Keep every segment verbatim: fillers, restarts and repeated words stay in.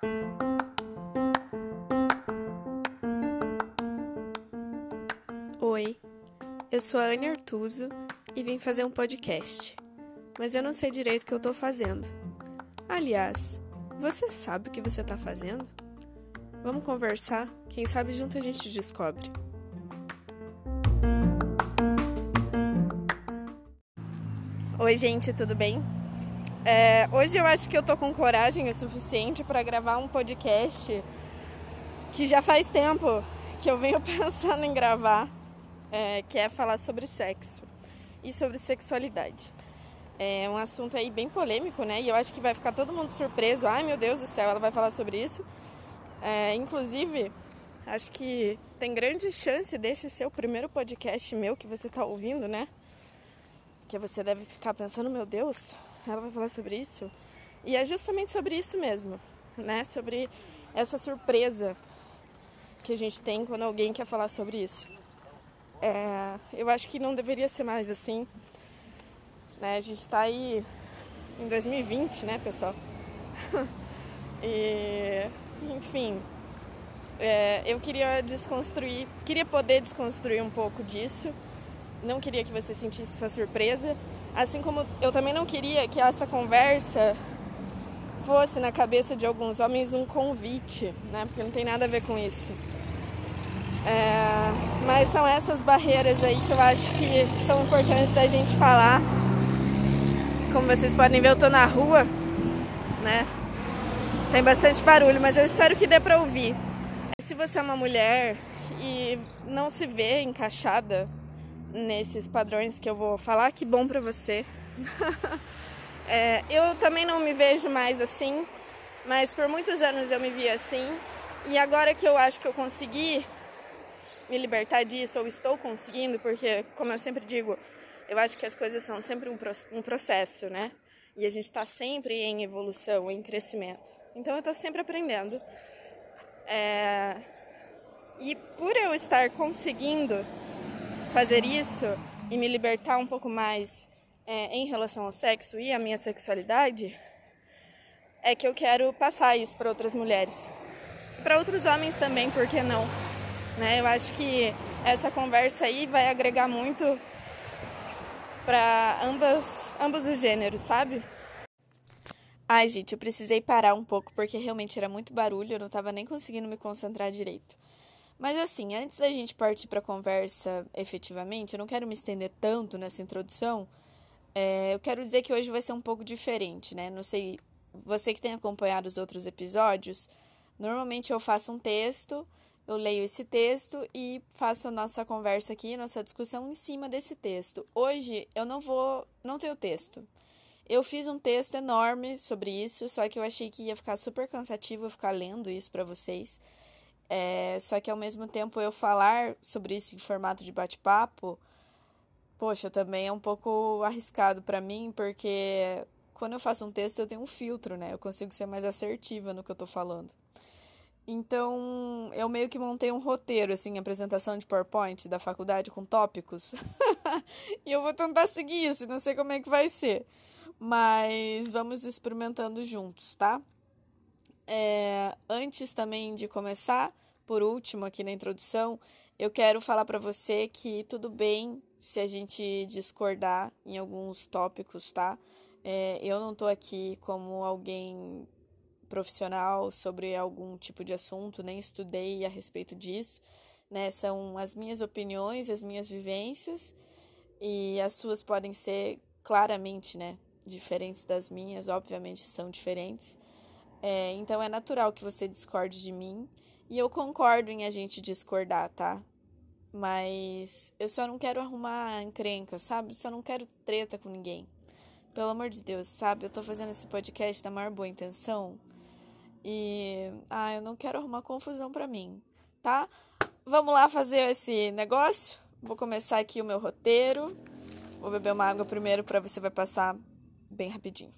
Oi, eu sou a Anne Artuso e vim fazer um podcast, mas eu não sei direito o que eu tô fazendo. Aliás, você sabe o que você tá fazendo? Vamos conversar? Quem sabe junto a gente descobre. Oi, gente, tudo bem? É, hoje eu acho que eu tô com coragem o suficiente para gravar um podcast que já faz tempo que eu venho pensando em gravar, é, que é falar sobre sexo e sobre sexualidade. É um assunto aí bem polêmico, né? E eu acho que vai ficar todo mundo surpreso. Ai, meu Deus do céu, ela vai falar sobre isso. É, inclusive, acho que tem grande chance desse ser o primeiro podcast meu que você tá ouvindo, né? Que você deve ficar pensando, meu Deus, ela vai falar sobre isso? E é justamente sobre isso mesmo, né? Sobre essa surpresa que a gente tem quando alguém quer falar sobre isso. É, eu acho que não deveria ser mais assim, né? A gente tá aí em dois mil e vinte, né, pessoal? e, enfim, é, eu queria desconstruir, queria poder desconstruir um pouco disso. Não queria que você sentisse essa surpresa, assim como eu também não queria que essa conversa fosse na cabeça de alguns homens um convite, né? Porque não tem nada a ver com isso. É, mas são essas barreiras aí que eu acho que são importantes da gente falar. Como vocês podem ver, eu tô na rua, né? Tem bastante barulho, mas eu espero que dê pra ouvir. Se você é uma mulher e não se vê encaixada nesses padrões que eu vou falar, que bom pra você. é, eu também não me vejo mais assim, mas por muitos anos eu me via assim. E agora que eu acho que eu consegui me libertar disso, ou estou conseguindo, porque, como eu sempre digo, eu acho que as coisas são sempre um, um processo, né? E a gente está sempre em evolução, em crescimento. Então eu estou sempre aprendendo. É... E por eu estar conseguindo fazer isso e me libertar um pouco mais é, em relação ao sexo e à minha sexualidade, é que eu quero passar isso para outras mulheres. Para outros homens também, por que não? Né? Eu acho que essa conversa aí vai agregar muito para ambas, ambos os gêneros, sabe? Ai, gente, eu precisei parar um pouco porque realmente era muito barulho, eu não estava nem conseguindo me concentrar direito. Mas assim, antes da gente partir para a conversa efetivamente, eu não quero me estender tanto nessa introdução, é, eu quero dizer que hoje vai ser um pouco diferente, né? Não sei, você que tem acompanhado os outros episódios, normalmente eu faço um texto, eu leio esse texto e faço a nossa conversa aqui, nossa discussão em cima desse texto. Hoje eu não vou, não tenho texto. Eu fiz um texto enorme sobre isso, só que eu achei que ia ficar super cansativo eu ficar lendo isso para vocês. É, só que ao mesmo tempo eu falar sobre isso em formato de bate-papo, poxa, também é um pouco arriscado para mim, porque quando eu faço um texto eu tenho um filtro, né? Eu consigo ser mais assertiva no que eu tô falando. Então, eu meio que montei um roteiro, assim, apresentação de PowerPoint da faculdade com tópicos. E eu vou tentar seguir isso, não sei como é que vai ser. Mas vamos experimentando juntos, tá? É, antes também de começar, por último aqui na introdução, eu quero falar para você que tudo bem se a gente discordar em alguns tópicos, tá? É, eu não tô aqui como alguém profissional sobre algum tipo de assunto, nem estudei a respeito disso, né? São as minhas opiniões, as minhas vivências, e as suas podem ser claramente, né, diferentes das minhas, obviamente são diferentes. É, então é natural que você discorde de mim, e eu concordo em a gente discordar, tá? Mas eu só não quero arrumar encrenca, sabe? Só não quero treta com ninguém. Pelo amor de Deus, sabe? Eu tô fazendo esse podcast na maior boa intenção. E, ah, eu não quero arrumar confusão pra mim, tá? Vamos lá fazer esse negócio? Vou começar aqui o meu roteiro. Vou beber uma água primeiro pra você vai passar bem rapidinho.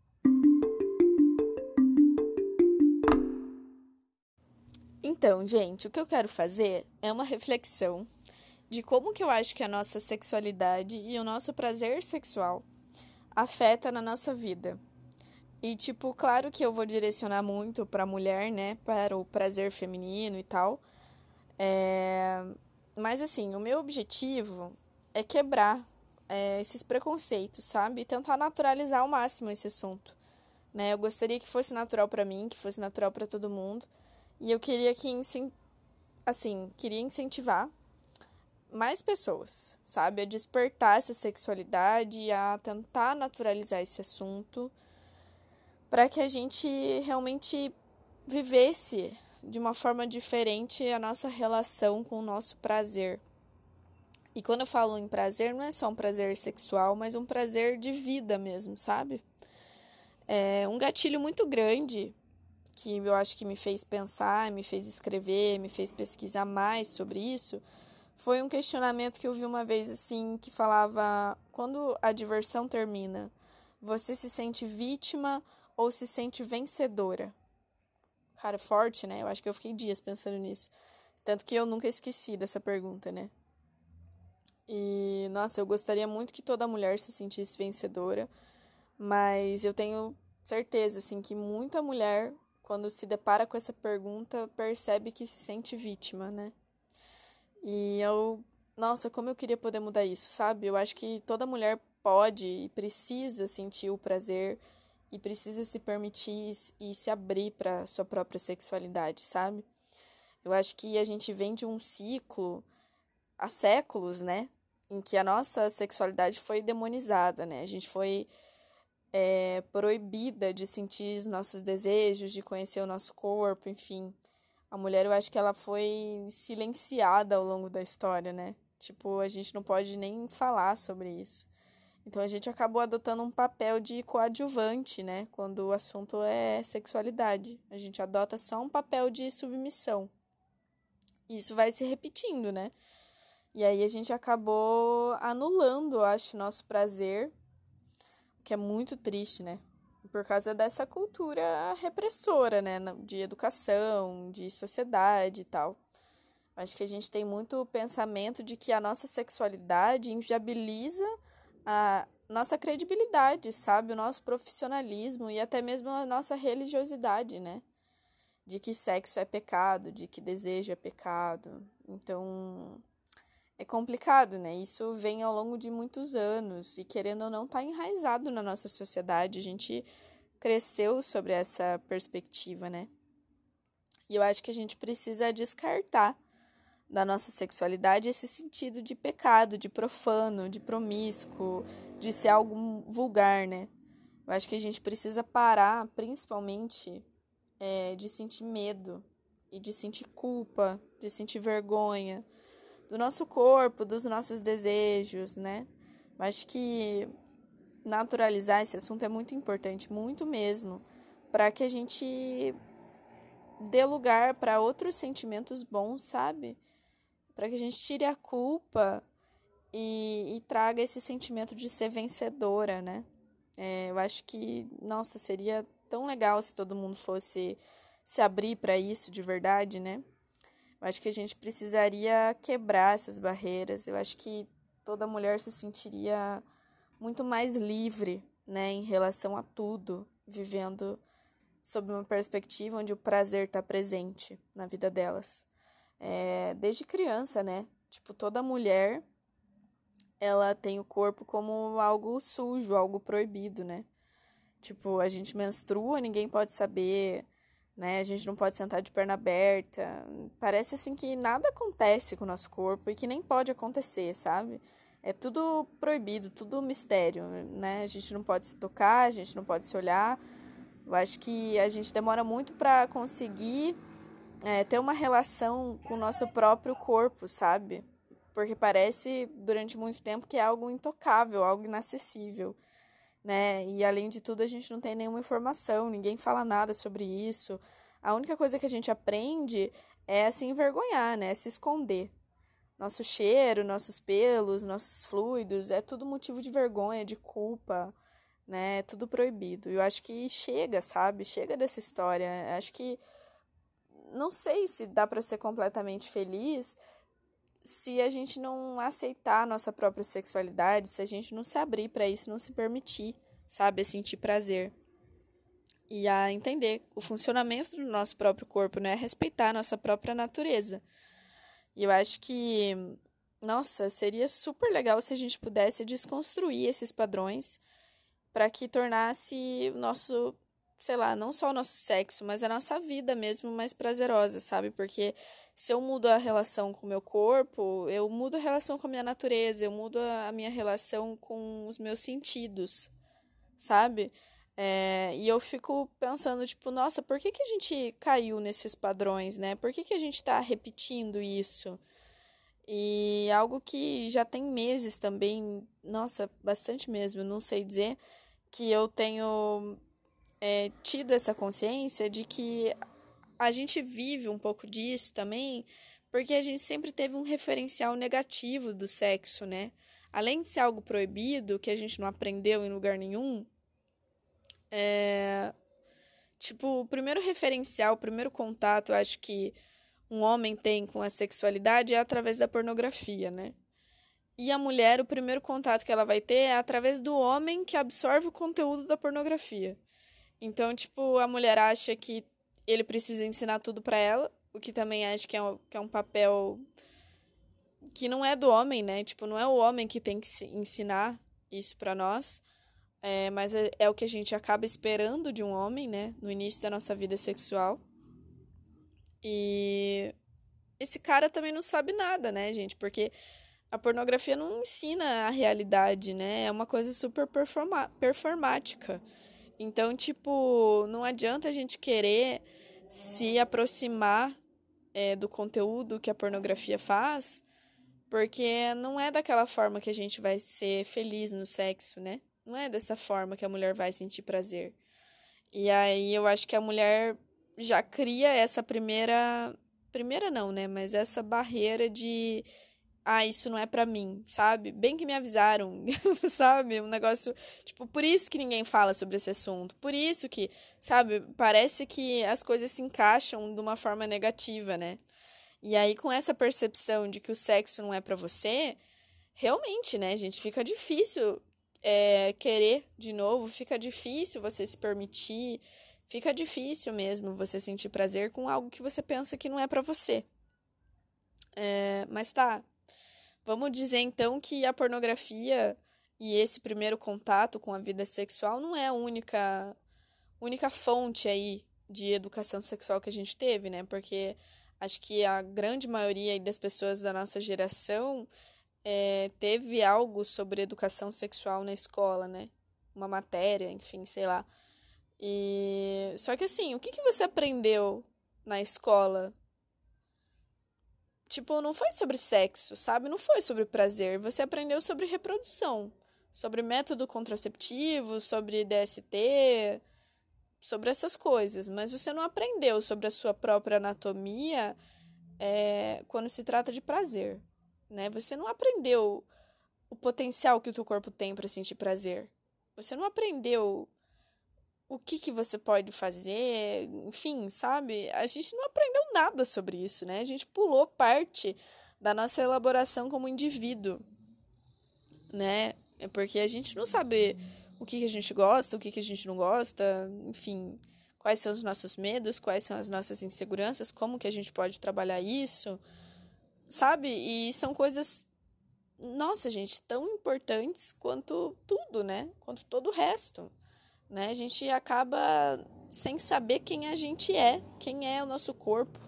Então, gente, o que eu quero fazer é uma reflexão de como que eu acho que a nossa sexualidade e o nosso prazer sexual afeta na nossa vida. E, tipo, claro que eu vou direcionar muito pra mulher, né? Para o prazer feminino e tal. É... Mas, assim, o meu objetivo é quebrar é, esses preconceitos, sabe? E tentar naturalizar ao máximo esse assunto, né? Eu gostaria que fosse natural pra mim, que fosse natural pra todo mundo. E eu queria que, incen- assim, queria incentivar mais pessoas, sabe? A despertar essa sexualidade, a tentar naturalizar esse assunto, para que a gente realmente vivesse de uma forma diferente a nossa relação com o nosso prazer. E quando eu falo em prazer, não é só um prazer sexual, mas um prazer de vida mesmo, sabe? É um gatilho muito grande que eu acho que me fez pensar, me fez escrever, me fez pesquisar mais sobre isso, foi um questionamento que eu vi uma vez assim, que falava: quando a diversão termina, você se sente vítima ou se sente vencedora? Cara, forte, né? Eu acho que eu fiquei dias pensando nisso. Tanto que eu nunca esqueci dessa pergunta, né? E, nossa, eu gostaria muito que toda mulher se sentisse vencedora, mas eu tenho certeza, assim, que muita mulher, quando se depara com essa pergunta, percebe que se sente vítima, né? E eu, nossa, como eu queria poder mudar isso, sabe? Eu acho que toda mulher pode e precisa sentir o prazer e precisa se permitir e se abrir para sua própria sexualidade, sabe? Eu acho que a gente vem de um ciclo há séculos, né? Em que a nossa sexualidade foi demonizada, né? A gente foi é, proibida de sentir os nossos desejos, de conhecer o nosso corpo, enfim. A mulher, eu acho que ela foi silenciada ao longo da história, né? Tipo, a gente não pode nem falar sobre isso. Então a gente acabou adotando um papel de coadjuvante, né? Quando o assunto é sexualidade. A gente adota só um papel de submissão. Isso vai se repetindo, né? E aí a gente acabou anulando, eu acho, nosso prazer, o que é muito triste, né? Por causa dessa cultura repressora, né? De educação, de sociedade e tal. Acho que a gente tem muito pensamento de que a nossa sexualidade inviabiliza a nossa credibilidade, sabe? O nosso profissionalismo e até mesmo a nossa religiosidade, né? De que sexo é pecado, de que desejo é pecado. Então, é complicado, né? Isso vem ao longo de muitos anos e, querendo ou não, está enraizado na nossa sociedade. A gente cresceu sobre essa perspectiva, né? E eu acho que a gente precisa descartar da nossa sexualidade esse sentido de pecado, de profano, de promíscuo, de ser algo vulgar, né? Eu acho que a gente precisa parar, principalmente, é, de sentir medo e de sentir culpa, de sentir vergonha do nosso corpo, dos nossos desejos, né? Eu acho que naturalizar esse assunto é muito importante, muito mesmo, para que a gente dê lugar para outros sentimentos bons, sabe? Para que a gente tire a culpa e, e traga esse sentimento de ser vencedora, né? É, eu acho que, nossa, seria tão legal se todo mundo fosse se abrir para isso de verdade, né? Eu acho que a gente precisaria quebrar essas barreiras. Eu acho que toda mulher se sentiria muito mais livre, né, em relação a tudo, vivendo sob uma perspectiva onde o prazer está presente na vida delas. É, desde criança, né? Tipo, toda mulher, ela tem o corpo como algo sujo, algo proibido, né? Tipo, a gente menstrua, ninguém pode saber, né? A gente não pode sentar de perna aberta. Parece assim que nada acontece com o nosso corpo e que nem pode acontecer, sabe? É tudo proibido, tudo mistério, né? A gente não pode se tocar, a gente não pode se olhar. Eu acho que a gente demora muito para conseguir é, ter uma relação com o nosso próprio corpo, sabe? Porque parece, durante muito tempo, que é algo intocável, algo inacessível, né? E além de tudo, a gente não tem nenhuma informação, ninguém fala nada sobre isso. A única coisa que a gente aprende é se envergonhar, né? Se esconder. Nosso cheiro, nossos pelos, nossos fluidos, é tudo motivo de vergonha, de culpa, né? É tudo proibido. Eu acho que chega, sabe? Chega dessa história. Acho que não sei se dá para ser completamente feliz se a gente não aceitar a nossa própria sexualidade, se a gente não se abrir para isso, não se permitir, sabe, sentir prazer. e a entender o funcionamento do nosso próprio corpo, né? Respeitar a nossa própria natureza. E eu acho que, nossa, seria super legal se a gente pudesse desconstruir esses padrões para que tornasse o nosso, sei lá, não só o nosso sexo, mas a nossa vida mesmo mais prazerosa, sabe? Porque se eu mudo a relação com o meu corpo, eu mudo a relação com a minha natureza, eu mudo a minha relação com os meus sentidos, sabe? É, e eu fico pensando, tipo, nossa, por que que a gente caiu nesses padrões, né? Por que que a gente tá repetindo isso? E algo que já tem meses também, nossa, bastante mesmo, não sei dizer, que eu tenho é, tido essa consciência de que a gente vive um pouco disso também, porque a gente sempre teve um referencial negativo do sexo, né? Além de ser algo proibido, que a gente não aprendeu em lugar nenhum, é, tipo, o primeiro referencial, o primeiro contato, eu acho que um homem tem com a sexualidade é através da pornografia, né? E a mulher, o primeiro contato que ela vai ter é através do homem que absorve o conteúdo da pornografia. Então, tipo, a mulher acha que ele precisa ensinar tudo pra ela, o que também acho que é um, que é um papel que não é do homem, né? Tipo, não é o homem que tem que ensinar isso pra nós, é, mas é, é o que a gente acaba esperando de um homem, né? No início da nossa vida sexual. E esse cara também não sabe nada, né, gente? Porque a pornografia não ensina a realidade, né? É uma coisa super performa performática. Então, tipo, não adianta a gente querer se aproximar é, do conteúdo que a pornografia faz, porque não é daquela forma que a gente vai ser feliz no sexo, né? Não é dessa forma que a mulher vai sentir prazer. E aí eu acho que a mulher já cria essa primeira. Primeira não, né? Mas essa barreira de ah, isso não é pra mim, sabe? Bem que me avisaram, sabe? Um negócio, tipo, por isso que ninguém fala sobre esse assunto. Por isso que, sabe, parece que as coisas se encaixam de uma forma negativa, né? E aí com essa percepção de que o sexo não é pra você, realmente, né, gente, fica difícil é, querer de novo, fica difícil você se permitir, fica difícil mesmo você sentir prazer com algo que você pensa que não é pra você. É, mas tá, vamos dizer então que a pornografia e esse primeiro contato com a vida sexual não é a única, única fonte aí de educação sexual que a gente teve, né? Porque acho que a grande maioria aí das pessoas da nossa geração é, teve algo sobre educação sexual na escola, né? Uma matéria, enfim, sei lá. E só que assim, o que que você aprendeu na escola? Tipo, não foi sobre sexo, sabe? Não foi sobre prazer. Você aprendeu sobre reprodução, sobre método contraceptivo, sobre D S T, sobre essas coisas. Mas você não aprendeu sobre a sua própria anatomia é, quando se trata de prazer, né? Você não aprendeu o potencial que o teu corpo tem para sentir prazer. Você não aprendeu o que que você pode fazer, enfim, sabe? A gente não aprendeu nada sobre isso, né? A gente pulou parte da nossa elaboração como indivíduo, né? É porque a gente não sabe o que que a gente gosta, o que que a gente não gosta, enfim, quais são os nossos medos, quais são as nossas inseguranças, como que a gente pode trabalhar isso, sabe? E são coisas, nossa, gente, tão importantes quanto tudo, né? Quanto todo o resto. Né? A gente acaba sem saber quem a gente é, quem é o nosso corpo.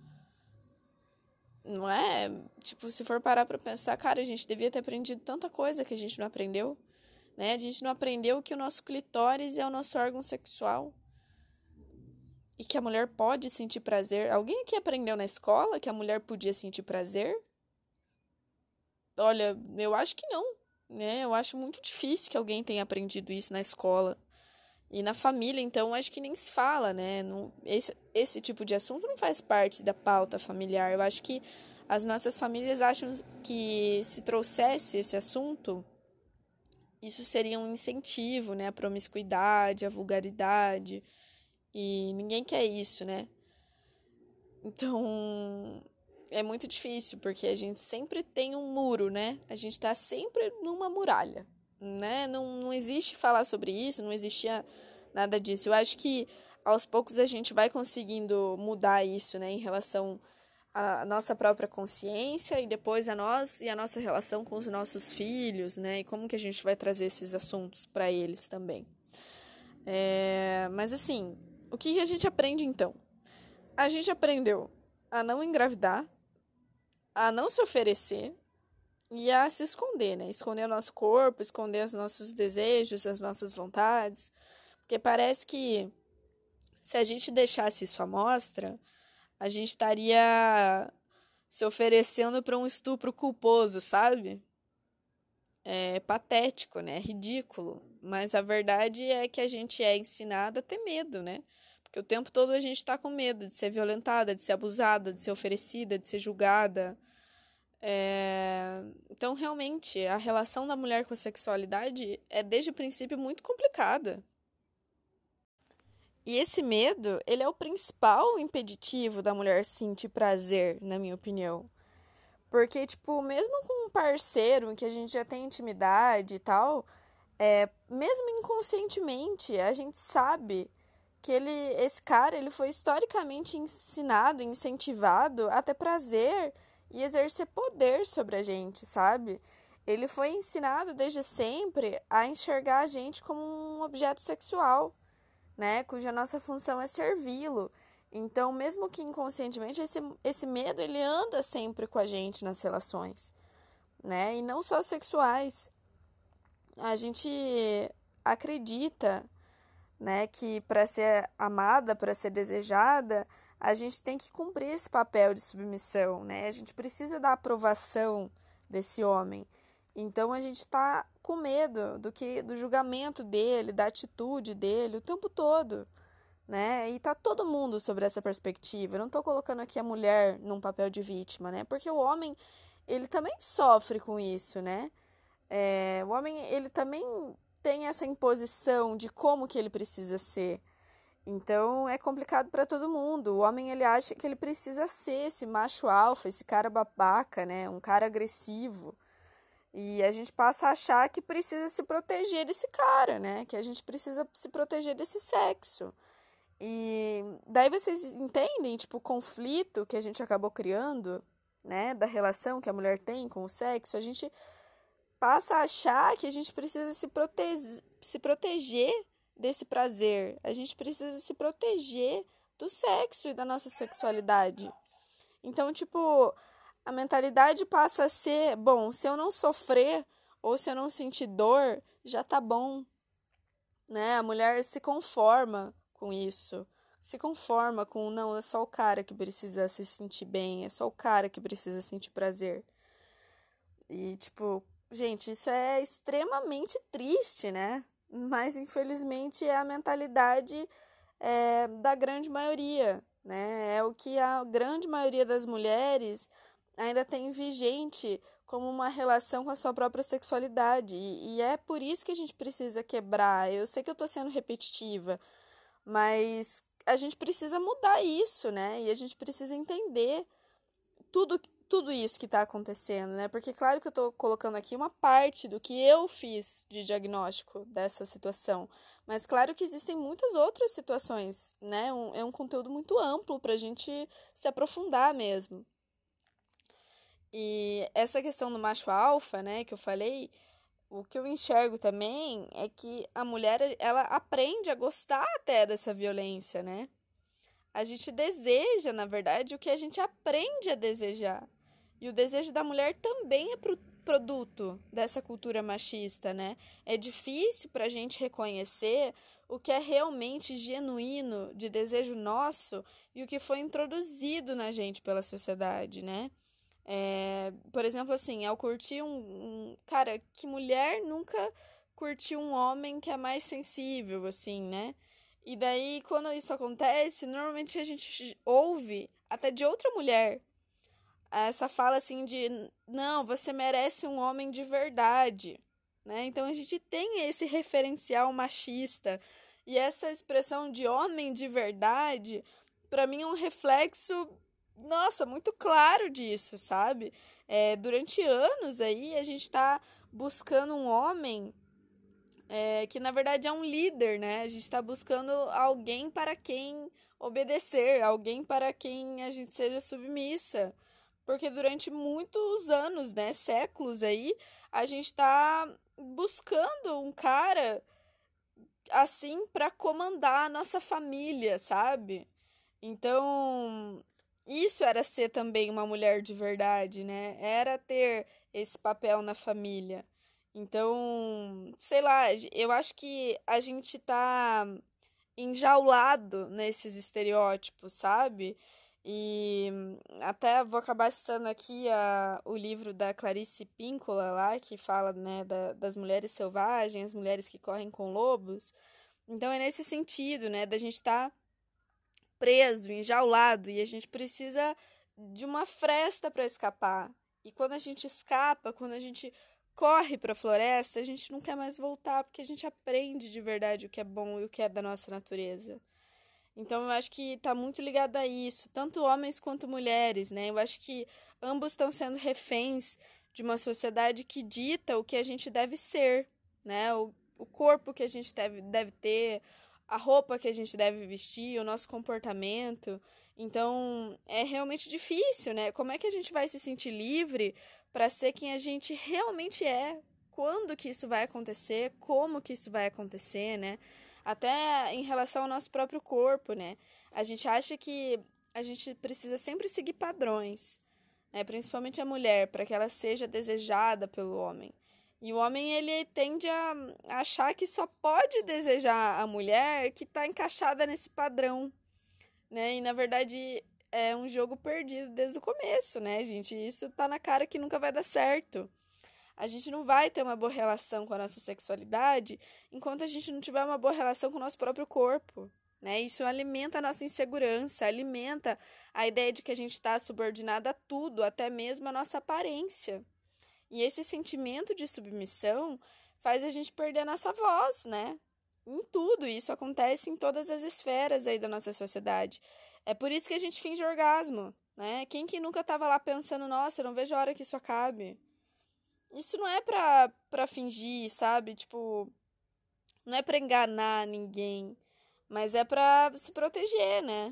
Não é? Tipo, se for parar pra pensar, cara, a gente devia ter aprendido tanta coisa que a gente não aprendeu, né? A gente não aprendeu que o nosso clitóris é o nosso órgão sexual e que a mulher pode sentir prazer. Alguém aqui aprendeu na escola que a mulher podia sentir prazer? Olha, eu acho que não, né? Eu acho muito difícil que alguém tenha aprendido isso na escola. E na família, então, acho que nem se fala, né? Não, esse, esse tipo de assunto não faz parte da pauta familiar. Eu acho que as nossas famílias acham que se trouxesse esse assunto, isso seria um incentivo, né? A promiscuidade, a vulgaridade. E ninguém quer isso, né? Então, é muito difícil, porque a gente sempre tem um muro, né? A gente tá sempre numa muralha, né? Não, não existe falar sobre isso, não existia nada disso. Eu acho que aos poucos a gente vai conseguindo mudar isso, né, em relação à nossa própria consciência e depois a nós e a nossa relação com os nossos filhos, né, e como que a gente vai trazer esses assuntos para eles também. É, mas assim, o que a gente aprende então? A gente aprendeu a não engravidar, a não se oferecer e a se esconder, né? Esconder o nosso corpo, esconder os nossos desejos, as nossas vontades. Porque parece que se a gente deixasse isso à mostra, a gente estaria se oferecendo para um estupro culposo, sabe? É patético, né? É ridículo. Mas a verdade é que a gente é ensinada a ter medo, né? Porque o tempo todo a gente está com medo de ser violentada, de ser abusada, de ser oferecida, de ser julgada. É... Então, realmente, a relação da mulher com a sexualidade é, desde o princípio, muito complicada. E esse medo, ele é o principal impeditivo da mulher sentir prazer, na minha opinião. Porque, tipo, mesmo com um parceiro em que a gente já tem intimidade e tal, é, mesmo inconscientemente, a gente sabe que ele, esse cara ele foi historicamente ensinado, incentivado a ter prazer e exercer poder sobre a gente, sabe? Ele foi ensinado desde sempre a enxergar a gente como um objeto sexual, né? Cuja nossa função é servi-lo. Então, mesmo que inconscientemente, esse, esse medo ele anda sempre com a gente nas relações, né? E não só sexuais. A gente acredita, né, que para ser amada, para ser desejada, a gente tem que cumprir esse papel de submissão, né? A gente precisa da aprovação desse homem. Então a gente está com medo do que do julgamento dele, da atitude dele o tempo todo, né? E tá todo mundo sobre essa perspectiva. Eu não estou colocando aqui a mulher num papel de vítima, né? Porque o homem, ele também sofre com isso, né? É, o homem, ele também tem essa imposição de como que ele precisa ser. Então, é complicado para todo mundo. O homem, ele acha que ele precisa ser esse macho alfa, esse cara babaca, né? Um cara agressivo. E a gente passa a achar que precisa se proteger desse cara, né? Que a gente precisa se proteger desse sexo. E daí vocês entendem, tipo, o conflito que a gente acabou criando, né? Da relação que a mulher tem com o sexo. A gente passa a achar que a gente precisa se, prote- se proteger desse prazer. A gente precisa se proteger do sexo e da nossa sexualidade. Então, tipo, a mentalidade passa a ser, bom, se eu não sofrer ou se eu não sentir dor, já tá bom, né? A mulher se conforma com isso. Se conforma com, não, é só o cara que precisa se sentir bem, é só o cara que precisa sentir prazer. E, tipo, gente, isso é extremamente triste, né? Mas, infelizmente, é a mentalidade é, da grande maioria, né? É o que a grande maioria das mulheres ainda tem vigente como uma relação com a sua própria sexualidade. E, e é por isso que a gente precisa quebrar. Eu sei que eu tô sendo repetitiva, mas a gente precisa mudar isso, né? E a gente precisa entender tudo tudo isso que está acontecendo, né? Porque claro que eu estou colocando aqui uma parte do que eu fiz de diagnóstico dessa situação, mas claro que existem muitas outras situações, né? Um, é um conteúdo muito amplo para a gente se aprofundar mesmo. E essa questão do macho alfa, né, que eu falei, o que eu enxergo também é que a mulher, ela aprende a gostar até dessa violência, né? A gente deseja, na verdade, o que a gente aprende a desejar. E o desejo da mulher também é pro produto dessa cultura machista, né? É difícil para a gente reconhecer o que é realmente genuíno de desejo nosso e o que foi introduzido na gente pela sociedade, né? É, por exemplo, assim, ao curtir um, um... Cara, que mulher nunca curtiu um homem que é mais sensível, assim, né? E daí, quando isso acontece, normalmente a gente ouve até de outra mulher essa fala assim de não, você merece um homem de verdade, né? Então a gente tem esse referencial machista e essa expressão de homem de verdade, para mim é um reflexo, nossa, muito claro disso, sabe? É, durante anos aí a gente tá buscando um homem é, que na verdade é um líder, né? A gente está buscando alguém para quem obedecer, alguém para quem a gente seja submissa. Porque durante muitos anos, né, séculos aí, a gente está buscando um cara assim para comandar a nossa família, sabe? Então, isso era ser também uma mulher de verdade, né? Era ter esse papel na família. Então, sei lá, eu acho que a gente tá enjaulado nesses estereótipos, sabe? E até vou acabar citando aqui a, o livro da Clarice Píncola lá, que fala, né, da, das mulheres selvagens, as mulheres que correm com lobos. Então é nesse sentido, né, da gente estar tá preso, enjaulado, e a gente precisa de uma fresta para escapar. E quando a gente escapa, quando a gente corre para a floresta, a gente não quer mais voltar, porque a gente aprende de verdade o que é bom e o que é da nossa natureza. Então eu acho que está muito ligado a isso, tanto homens quanto mulheres, né? Eu acho que ambos estão sendo reféns de uma sociedade que dita o que a gente deve ser, né? O, o corpo que a gente deve, deve ter, a roupa que a gente deve vestir, o nosso comportamento. Então é realmente difícil, né? Como é que a gente vai se sentir livre para ser quem a gente realmente é? Quando que isso vai acontecer? Como que isso vai acontecer, né? Até em relação ao nosso próprio corpo, né? A gente acha que a gente precisa sempre seguir padrões, né? Principalmente a mulher, para que ela seja desejada pelo homem. E o homem, ele tende a achar que só pode desejar a mulher que está encaixada nesse padrão, né? E, na verdade, é um jogo perdido desde o começo, né, gente? Isso tá na cara que nunca vai dar certo. A gente não vai ter uma boa relação com a nossa sexualidade enquanto a gente não tiver uma boa relação com o nosso próprio corpo, né? Isso alimenta a nossa insegurança, alimenta a ideia de que a gente está subordinada a tudo, até mesmo a nossa aparência. E esse sentimento de submissão faz a gente perder a nossa voz, né? Em tudo, isso acontece em todas as esferas aí da nossa sociedade. É por isso que a gente finge orgasmo, né? Quem que nunca estava lá pensando, nossa, eu não vejo a hora que isso acabe? Isso não é pra, pra fingir, sabe? Tipo, não é pra enganar ninguém, mas é pra se proteger, né?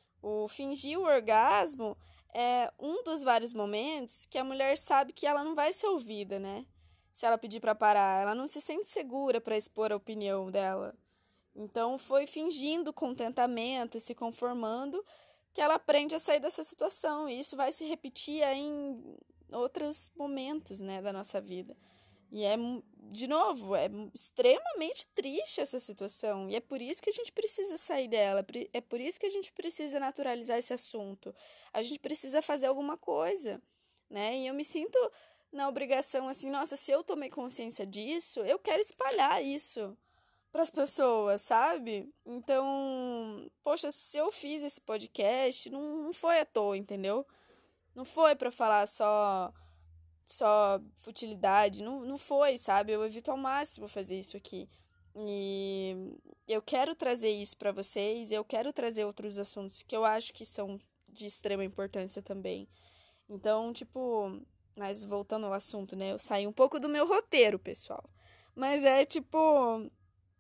O fingir o orgasmo é um dos vários momentos que a mulher sabe que ela não vai ser ouvida, né? Se ela pedir pra parar, ela não se sente segura pra expor a opinião dela. Então, foi fingindo contentamento e se conformando que ela aprende a sair dessa situação. E isso vai se repetir em outros momentos, né, da nossa vida. E é, de novo, é extremamente triste essa situação. E é por isso que a gente precisa sair dela. É por isso que a gente precisa naturalizar esse assunto. A gente precisa fazer alguma coisa, né? E eu me sinto na obrigação, assim, nossa, se eu tomei consciência disso, eu quero espalhar isso para as pessoas, sabe? Então, poxa, se eu fiz esse podcast, não, não foi à toa, entendeu? Não foi para falar só só futilidade, não, não foi, sabe? Eu evito ao máximo fazer isso aqui. E eu quero trazer isso para vocês, eu quero trazer outros assuntos que eu acho que são de extrema importância também. Então, tipo, mas voltando ao assunto, né? Eu saí um pouco do meu roteiro, pessoal. Mas é tipo,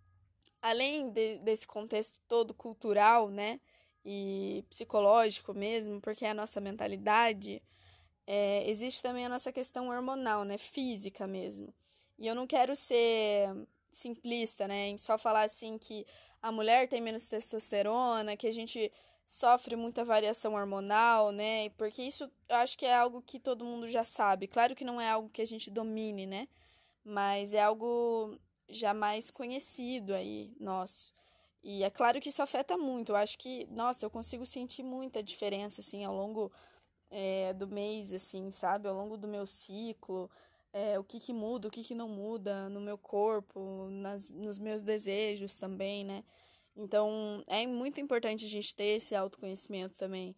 além de, desse contexto todo cultural, né? E psicológico mesmo, porque é a nossa mentalidade. É, existe também a nossa questão hormonal, né? Física mesmo. E eu não quero ser simplista, né? Em só falar assim que a mulher tem menos testosterona, que a gente sofre muita variação hormonal, né? Porque isso eu acho que é algo que todo mundo já sabe. Claro que não é algo que a gente domine, né? Mas é algo já mais conhecido aí, nosso. E é claro que isso afeta muito. Eu acho que, nossa, eu consigo sentir muita diferença, assim, ao longo é, do mês, assim, sabe? Ao longo do meu ciclo, é, o que que muda, o que que não muda no meu corpo, nas, nos meus desejos também, né? Então, é muito importante a gente ter esse autoconhecimento também.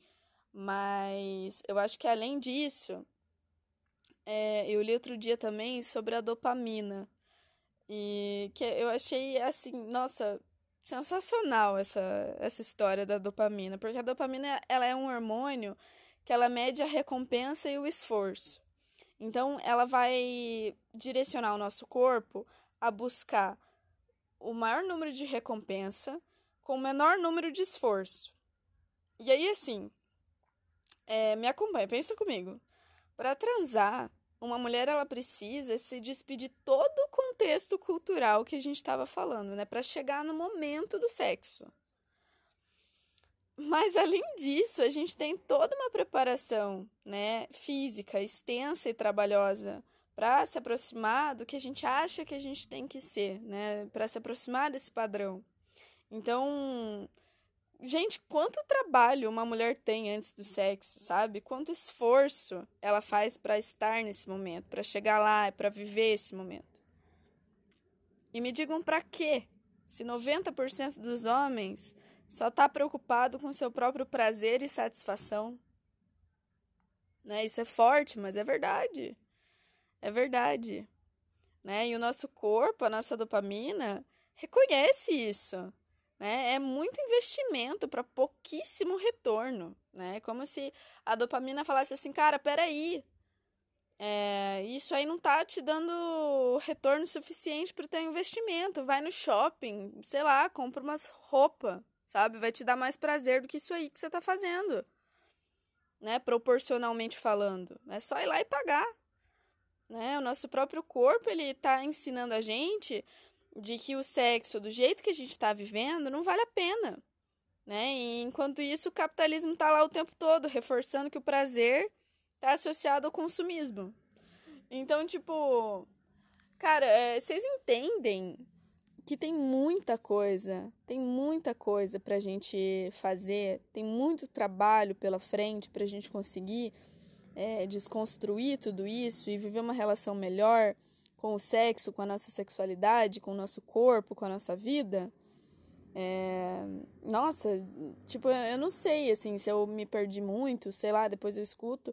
Mas eu acho que além disso, é, eu li outro dia também sobre a dopamina. E que eu achei, assim, nossa, sensacional essa, essa história da dopamina. Porque a dopamina, ela é um hormônio que ela mede a recompensa e o esforço. Então, ela vai direcionar o nosso corpo a buscar o maior número de recompensa com o menor número de esforço. E aí, assim, é, me acompanha, pensa comigo. Para transar, uma mulher ela precisa se despedir todo o contexto cultural que a gente estava falando, né? Para chegar no momento do sexo. Mas, além disso, a gente tem toda uma preparação, né, física, extensa e trabalhosa para se aproximar do que a gente acha que a gente tem que ser, né, para se aproximar desse padrão. Então, gente, quanto trabalho uma mulher tem antes do sexo, sabe? Quanto esforço ela faz para estar nesse momento, para chegar lá, para viver esse momento. E me digam para quê? Se noventa por cento dos homens só está preocupado com seu próprio prazer e satisfação. Né? Isso é forte, mas é verdade. É verdade. Né? E o nosso corpo, a nossa dopamina, reconhece isso. Né? É muito investimento para pouquíssimo retorno. Né? Como se a dopamina falasse assim, cara, peraí, é, isso aí não tá te dando retorno suficiente para o teu investimento. Vai no shopping, sei lá, compra umas roupas. Sabe? Vai te dar mais prazer do que isso aí que você tá fazendo. Né? Proporcionalmente falando. É só ir lá e pagar. Né? O nosso próprio corpo, ele tá ensinando a gente de que o sexo, do jeito que a gente tá vivendo, não vale a pena. Né? E enquanto isso, o capitalismo tá lá o tempo todo, reforçando que o prazer tá associado ao consumismo. Então, tipo... Cara, é, vocês entendem que tem muita coisa, tem muita coisa pra gente fazer, tem muito trabalho pela frente pra gente conseguir é, desconstruir tudo isso e viver uma relação melhor com o sexo, com a nossa sexualidade, com o nosso corpo, com a nossa vida. É... Nossa, tipo, eu não sei, assim, se eu me perdi muito, sei lá, depois eu escuto,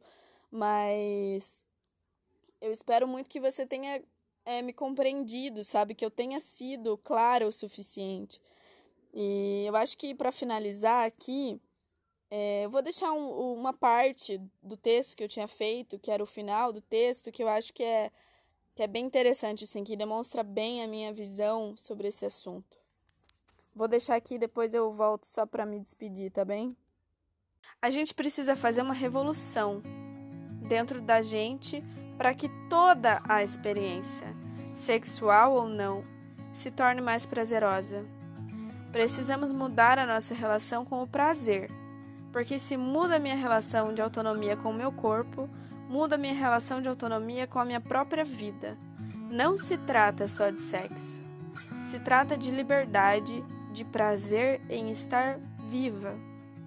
mas eu espero muito que você tenha É, me compreendido, sabe? Que eu tenha sido clara o suficiente. E eu acho que, para finalizar aqui, é, eu vou deixar um, uma parte do texto que eu tinha feito, que era o final do texto, que eu acho que é, que é bem interessante, assim, que demonstra bem a minha visão sobre esse assunto. Vou deixar aqui, depois eu volto só para me despedir, tá bem? A gente precisa fazer uma revolução dentro da gente para que toda a experiência, sexual ou não, se torne mais prazerosa. Precisamos mudar a nossa relação com o prazer, porque se muda a minha relação de autonomia com o meu corpo, muda a minha relação de autonomia com a minha própria vida. Não se trata só de sexo, se trata de liberdade, de prazer em estar viva.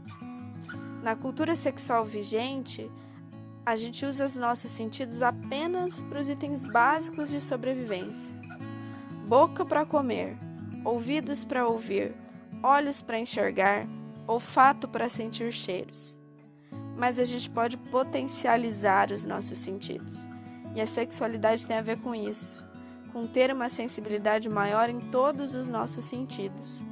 Na cultura sexual vigente, a gente usa os nossos sentidos apenas para os itens básicos de sobrevivência. Boca para comer, ouvidos para ouvir, olhos para enxergar, olfato para sentir cheiros. Mas a gente pode potencializar os nossos sentidos. E a sexualidade tem a ver com isso, com ter uma sensibilidade maior em todos os nossos sentidos.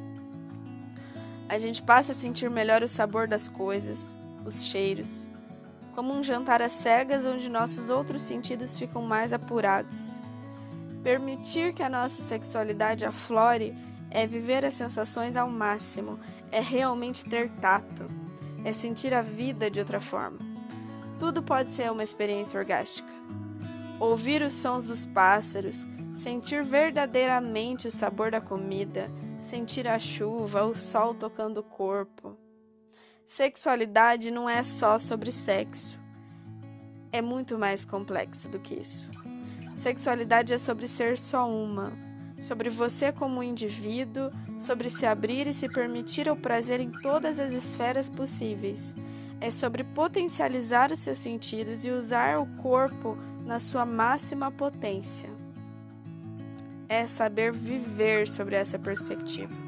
A gente passa a sentir melhor o sabor das coisas, os cheiros, como um jantar às cegas onde nossos outros sentidos ficam mais apurados. Permitir que a nossa sexualidade aflore é viver as sensações ao máximo, é realmente ter tato, é sentir a vida de outra forma. Tudo pode ser uma experiência orgástica. Ouvir os sons dos pássaros, sentir verdadeiramente o sabor da comida, sentir a chuva, o sol tocando o corpo. Sexualidade não é só sobre sexo. É muito mais complexo do que isso. Sexualidade é sobre ser só uma, sobre você como indivíduo, sobre se abrir e se permitir o prazer em todas as esferas possíveis. É sobre potencializar os seus sentidos e usar o corpo na sua máxima potência. É saber viver sobre essa perspectiva.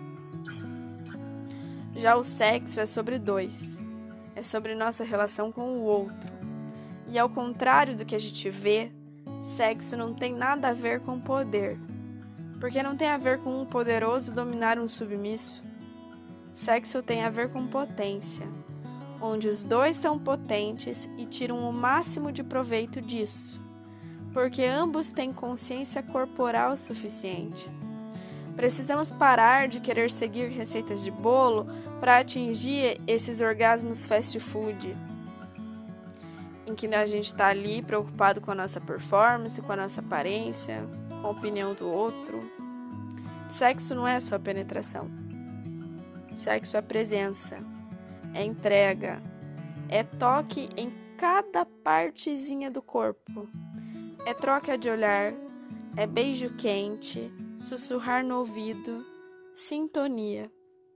Já o sexo é sobre dois, é sobre nossa relação com o outro. E ao contrário do que a gente vê, sexo não tem nada a ver com poder, porque não tem a ver com um poderoso dominar um submisso. Sexo tem a ver com potência, onde os dois são potentes e tiram o máximo de proveito disso, porque ambos têm consciência corporal suficiente. Precisamos parar de querer seguir receitas de bolo para atingir esses orgasmos fast food, em que a gente está ali preocupado com a nossa performance, com a nossa aparência, com a opinião do outro. Sexo não é só penetração. Sexo é presença, é entrega, é toque em cada partezinha do corpo. É troca de olhar, é beijo quente, sussurrar no ouvido, sintonia.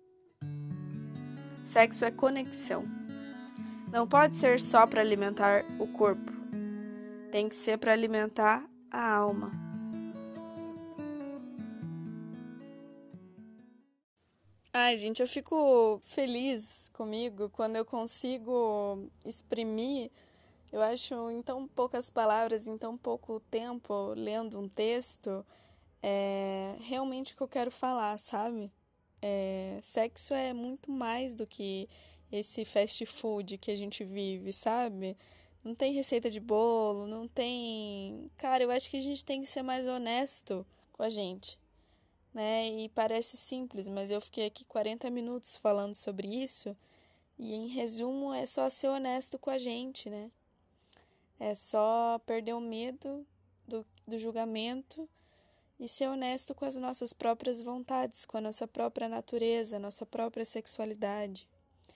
Sexo é conexão. Não pode ser só para alimentar o corpo. Tem que ser para alimentar a alma. Ai, gente, eu fico feliz comigo quando eu consigo exprimir, eu acho, em tão poucas palavras, em tão pouco tempo, lendo um texto, é, realmente o que eu quero falar, sabe? É, sexo é muito mais do que esse fast food que a gente vive, sabe? Não tem receita de bolo, não tem... Cara, eu acho que a gente tem que ser mais honesto com a gente, né? E parece simples, mas eu fiquei aqui quarenta minutos falando sobre isso e, em resumo, é só ser honesto com a gente, né? É só perder o medo do, do julgamento e ser honesto com as nossas próprias vontades, com a nossa própria natureza, nossa própria sexualidade.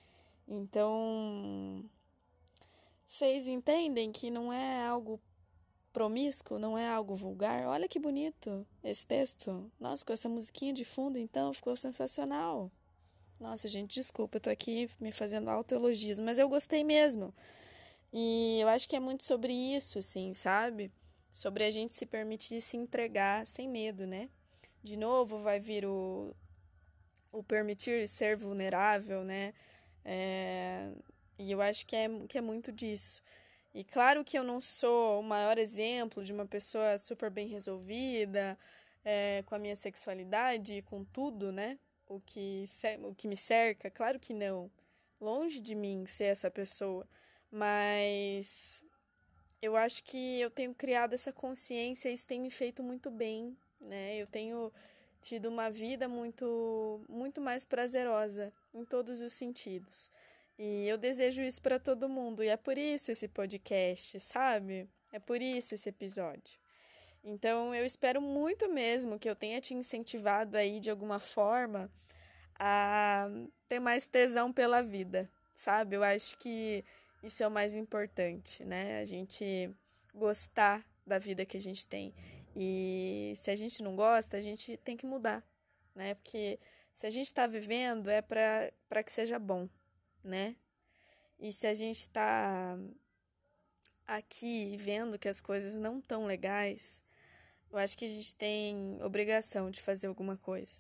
Então, vocês entendem que não é algo promíscuo, não é algo vulgar? Olha que bonito esse texto. Nossa, com essa musiquinha de fundo, então, ficou sensacional. Nossa, gente, desculpa, eu tô aqui me fazendo autoelogios, mas eu gostei mesmo. E eu acho que é muito sobre isso, assim, sabe? Sobre a gente se permitir se entregar sem medo, né? De novo vai vir o, o permitir ser vulnerável, né? É, e eu acho que é, que é muito disso. E claro que eu não sou o maior exemplo de uma pessoa super bem resolvida, é, com a minha sexualidade, com tudo, né? O que, o que me cerca, claro que não. Longe de mim ser essa pessoa. Mas eu acho que eu tenho criado essa consciência e isso tem me feito muito bem, né? Eu tenho tido uma vida muito, muito mais prazerosa em todos os sentidos. E eu desejo isso para todo mundo. E é por isso esse podcast, sabe? É por isso esse episódio. Então, eu espero muito mesmo que eu tenha te incentivado aí de alguma forma a ter mais tesão pela vida, sabe? Eu acho que isso é o mais importante, né? A gente gostar da vida que a gente tem. E se a gente não gosta, a gente tem que mudar, né? Porque se a gente está vivendo é para para que seja bom, né? E se a gente está aqui vendo que as coisas não estão legais, eu acho que a gente tem obrigação de fazer alguma coisa.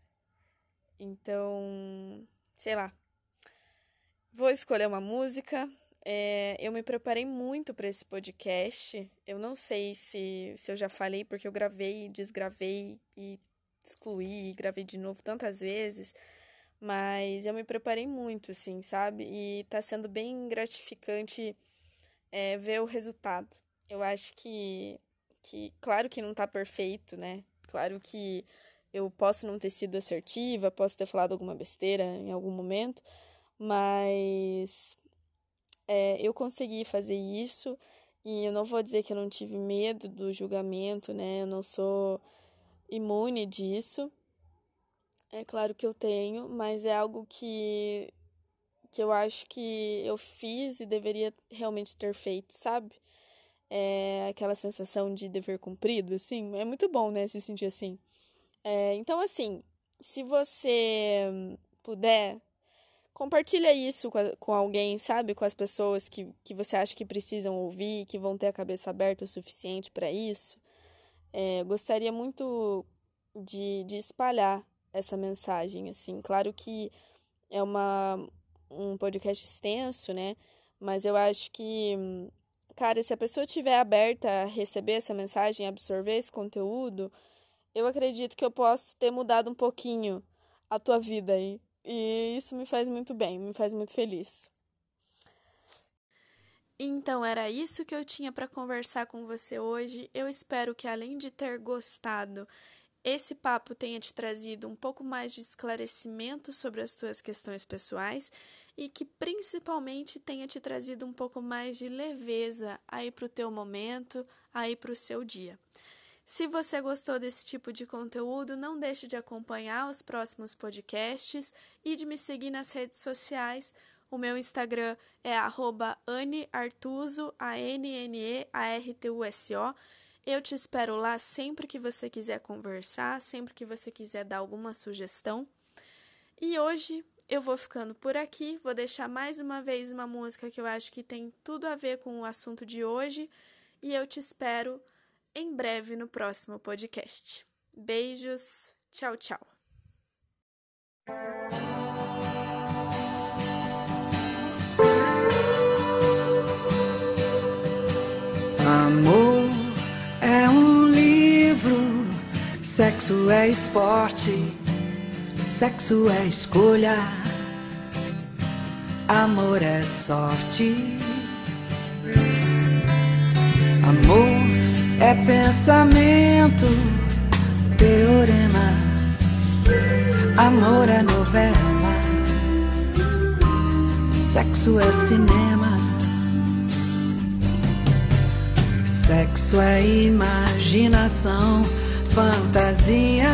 Então, sei lá, vou escolher uma música. É, eu me preparei muito para esse podcast. Eu não sei se, se eu já falei, porque eu gravei, desgravei e excluí e gravei de novo tantas vezes. Mas eu me preparei muito, assim, sabe? E tá sendo bem gratificante é, ver o resultado. Eu acho que, que, claro que não tá perfeito, né? Claro que eu posso não ter sido assertiva, posso ter falado alguma besteira em algum momento, mas é, eu consegui fazer isso e eu não vou dizer que eu não tive medo do julgamento, né? Eu não sou imune disso. É claro que eu tenho, mas é algo que, que eu acho que eu fiz e deveria realmente ter feito, sabe? É aquela sensação de dever cumprido, assim. É muito bom, né, se sentir assim. É, então, assim, se você puder, compartilha isso com, a, com alguém, sabe? Com as pessoas que, que você acha que precisam ouvir, que vão ter a cabeça aberta o suficiente para isso. É, eu gostaria muito de, de espalhar essa mensagem, assim. Claro que é uma, um podcast extenso, né? Mas eu acho que, cara, se a pessoa estiver aberta a receber essa mensagem, absorver esse conteúdo, eu acredito que eu posso ter mudado um pouquinho a tua vida aí. E isso me faz muito bem, me faz muito feliz. Então, era isso que eu tinha para conversar com você hoje. Eu espero que, além de ter gostado esse papo tenha te trazido um pouco mais de esclarecimento sobre as tuas questões pessoais e que principalmente tenha te trazido um pouco mais de leveza aí para o teu momento, aí para o seu dia. Se você gostou desse tipo de conteúdo, não deixe de acompanhar os próximos podcasts e de me seguir nas redes sociais. O meu Instagram é arroba Anne Artuso, A N N E A R T U S O. Eu te espero lá sempre que você quiser conversar, sempre que você quiser dar alguma sugestão. E hoje eu vou ficando por aqui, vou deixar mais uma vez uma música que eu acho que tem tudo a ver com o assunto de hoje e eu te espero em breve no próximo podcast. Beijos, tchau, tchau. Amor é um livro, sexo é esporte, sexo é escolha, amor é sorte. Amor é pensamento, teorema, amor é novela, sexo é cinema. Sexo é imaginação, fantasia.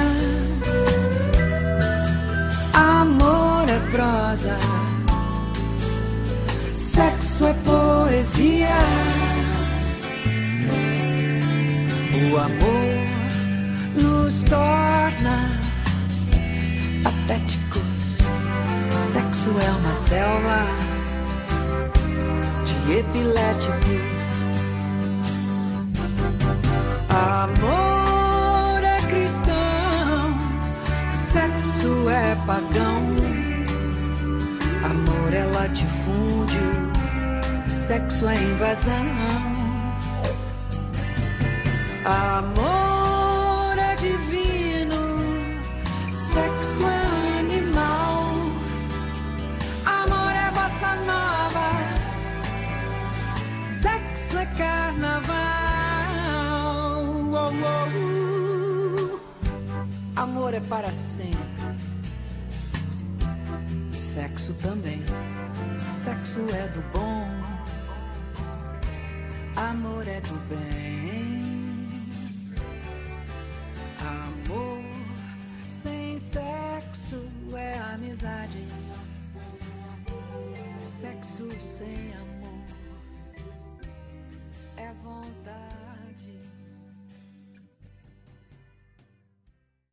Amor é prosa, sexo é poesia. O amor nos torna patéticos. Sexo é uma selva de epiléticos. Amor é cristão, sexo é pagão. Amor é latifúndio, sexo é invasão. Amor é divino, sexo é animal. Amor é bossa nova, sexo é carnaval. Oh, oh, uh. Amor é para sempre, sexo também. Sexo é do bom, amor é do bem. Amor sem sexo é amizade. Sexo sem amor é vontade.